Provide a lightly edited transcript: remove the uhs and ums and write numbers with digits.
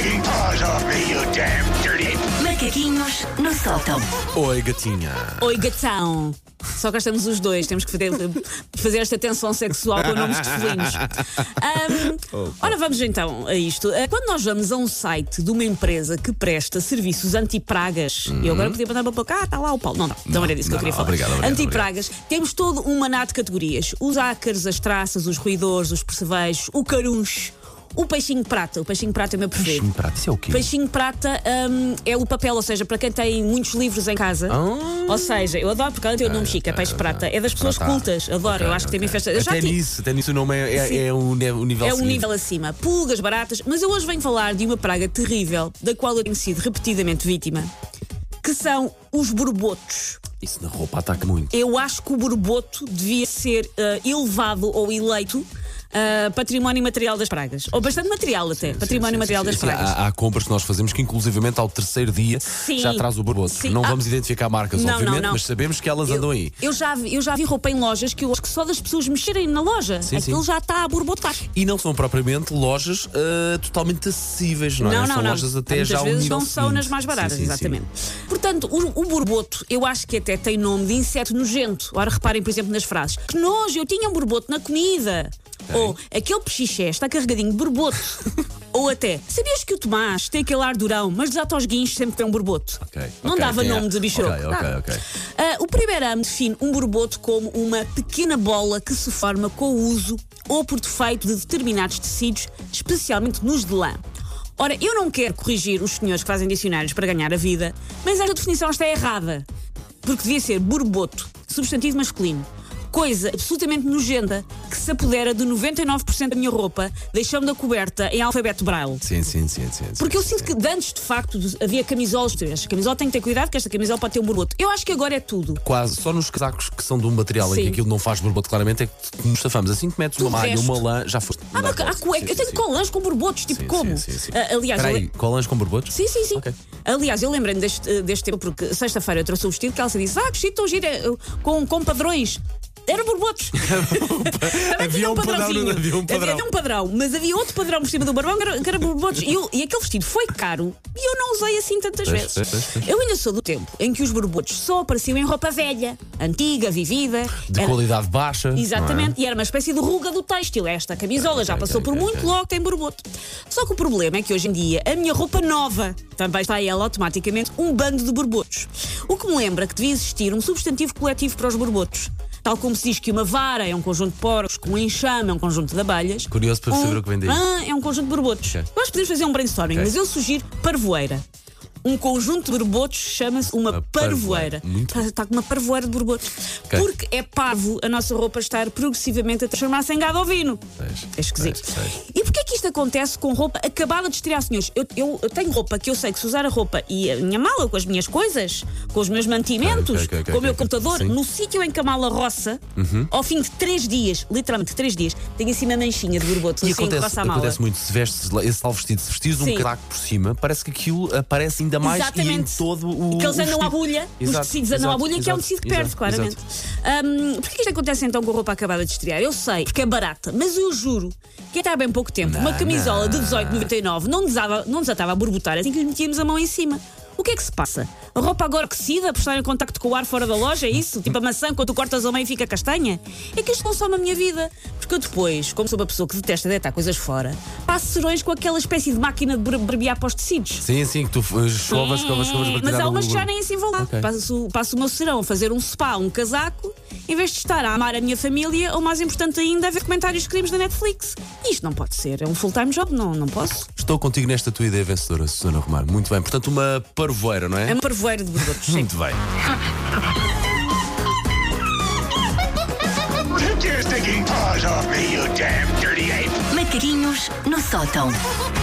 taking paws off me, you damn dirty ape! Macaquinhos no sótão. Oi, gatinha. Oi, gatão. Só cá estamos os dois, temos que fazer esta tensão sexual com nomes de felinos. Ora, vamos então a isto. Quando nós vamos a um site de uma empresa que presta serviços anti-pragas, e eu agora podia mandar para cá, está lá o Paulo. Não, não era disso que eu queria falar. Obrigado, Anti-pragas, temos todo um maná de categorias: os ácaros, as traças, os roedores, os percevejos, o caruncho. O peixinho prata. O peixinho prata é o meu preferido. Peixinho prata, isso é o quê? Peixinho prata é o papel, ou seja, para quem tem muitos livros em casa. Ou seja, eu adoro porque ela tem o nome chique, é peixe prata. É das pessoas cultas, adoro. Eu acho que tem uma festa. Até nisso o nome é um nível é um seguinte. nível acima. Pulgas, baratas. Mas eu hoje venho falar de uma praga terrível, da qual eu tenho sido repetidamente vítima, que são os borbotos. Isso na roupa ataca muito. Eu acho que o borboto devia ser elevado ou eleito património material das pragas. Ou bastante material até. Património material das pragas. Há compras que nós fazemos que inclusivamente ao terceiro dia já traz o borboto. Não vamos identificar marcas, obviamente, mas sabemos que elas andam aí. Eu já vi roupa em lojas que eu acho que só das pessoas mexerem na loja, aquilo já está a borbotar. E não são propriamente lojas totalmente acessíveis, não é? São lojas até já muitas vezes nível não são seguinte. nas mais baratas, exatamente. Portanto, o borboto, eu acho que até tem nome de inseto nojento. Ora, reparem, por exemplo, nas frases: que nojo, eu tinha um borboto na comida. Ou aquele pechiché está carregadinho de borboto. Ou até, sabias que o Tomás tem aquele ar durão, mas desata aos guinchos sempre que tem um borboto? Não dava nome de bicharoco. O primeiro amo define um borboto como uma pequena bola que se forma com o uso ou por defeito de determinados tecidos, especialmente nos de lã. Ora, eu não quero corrigir os senhores que fazem dicionários para ganhar a vida, mas esta definição está errada. Porque devia ser borboto, substantivo masculino. Coisa absolutamente nojenta que se apodera de 99% da minha roupa, deixando-a coberta em alfabeto braille. Sim. Porque eu sinto que antes, de facto, havia camisolas. Esta camisola tem que ter cuidado, que esta camisola pode ter um borboto. Eu acho que agora é tudo. Quase, só nos casacos que são de um material em que aquilo não faz borboto, claramente, é que nos safamos. Assim que metes uma malha, uma lã, já foste. Há cueca. Eu tenho colãs com borbotos, tipo como? Aliás, peraí, colãs com borbotos? Sim. Okay. Aliás, eu lembrei-me deste tempo, porque sexta-feira eu trouxe o vestido que ela disse: que vestido tão giro, com padrões. Era borbotos. Havia um padrão, mas havia outro padrão por cima do barbão que era borbotos. E aquele vestido foi caro e eu não usei assim tantas vezes. Eu ainda sou do tempo em que os borbotos só apareciam em roupa velha, antiga, vivida. De qualidade baixa. Exatamente, e era uma espécie de ruga do têxtil. Esta camisola já passou por muito, logo tem borboto. Só que o problema é que hoje em dia a minha roupa nova também está ela automaticamente um bando de borbotos. O que me lembra que devia existir um substantivo coletivo para os borbotos. Tal como se diz que uma vara é um conjunto de porcos, que um enxame é um conjunto de abelhas. Curioso para saber o que vem daí. É um conjunto de borbotos. Eu acho que podemos fazer um brainstorming, mas eu sugiro parvoeira. Um conjunto de borbotos chama-se uma parvoeira. Está com uma parvoeira de borbotos. Porque é parvo a nossa roupa estar progressivamente a transformar-se em gado ovino. É esquisito. E porquê é que isto acontece com roupa acabada de estrear, senhores? Eu tenho roupa que eu sei que se usar a roupa e a minha mala com as minhas coisas, com os meus mantimentos, com o meu computador, no sítio em que a mala roça, ao fim de 3 dias, literalmente 3 dias, tenho assim uma manchinha de borbotos. E assim, acontece muito, se vestes esse tal vestido, se vestires um casaco por cima, parece que aquilo aparece ainda mais. Exatamente. E em todo o. Que eles andam à bulha, os tecidos andam à bulha, que é um tecido que perde, claramente. Porquê que isto acontece então com a roupa acabada de estrear? Eu sei, porque é barata, mas eu juro que até há bem pouco tempo uma camisola de 18,99 não desatava a borbotar assim que lhe metíamos a mão em cima. O que é que se passa? A roupa agora aquecida por estar em contacto com o ar fora da loja, é isso? Tipo a maçã, quando tu cortas a meio fica castanha? É que isto consome a minha vida. Porque eu depois, como sou uma pessoa que detesta deitar coisas fora, passo serões com aquela espécie de máquina de barbear para os tecidos. Sim, que tu escovas mas há umas que já nem assim vão lá. Passo o meu serão a fazer um spa, um casaco, em vez de estar a amar a minha família, ou mais importante ainda, a ver comentários de crimes da Netflix. Isto não pode ser, é um full-time job, não posso. Estou contigo nesta tua ideia vencedora, Susana Romar. Muito bem, portanto uma parvoeira, não é? É uma parvoeira de borbotos. Muito bem. Take your stinking paws off me, you damn dirty ape! Macaquinhos no sótão.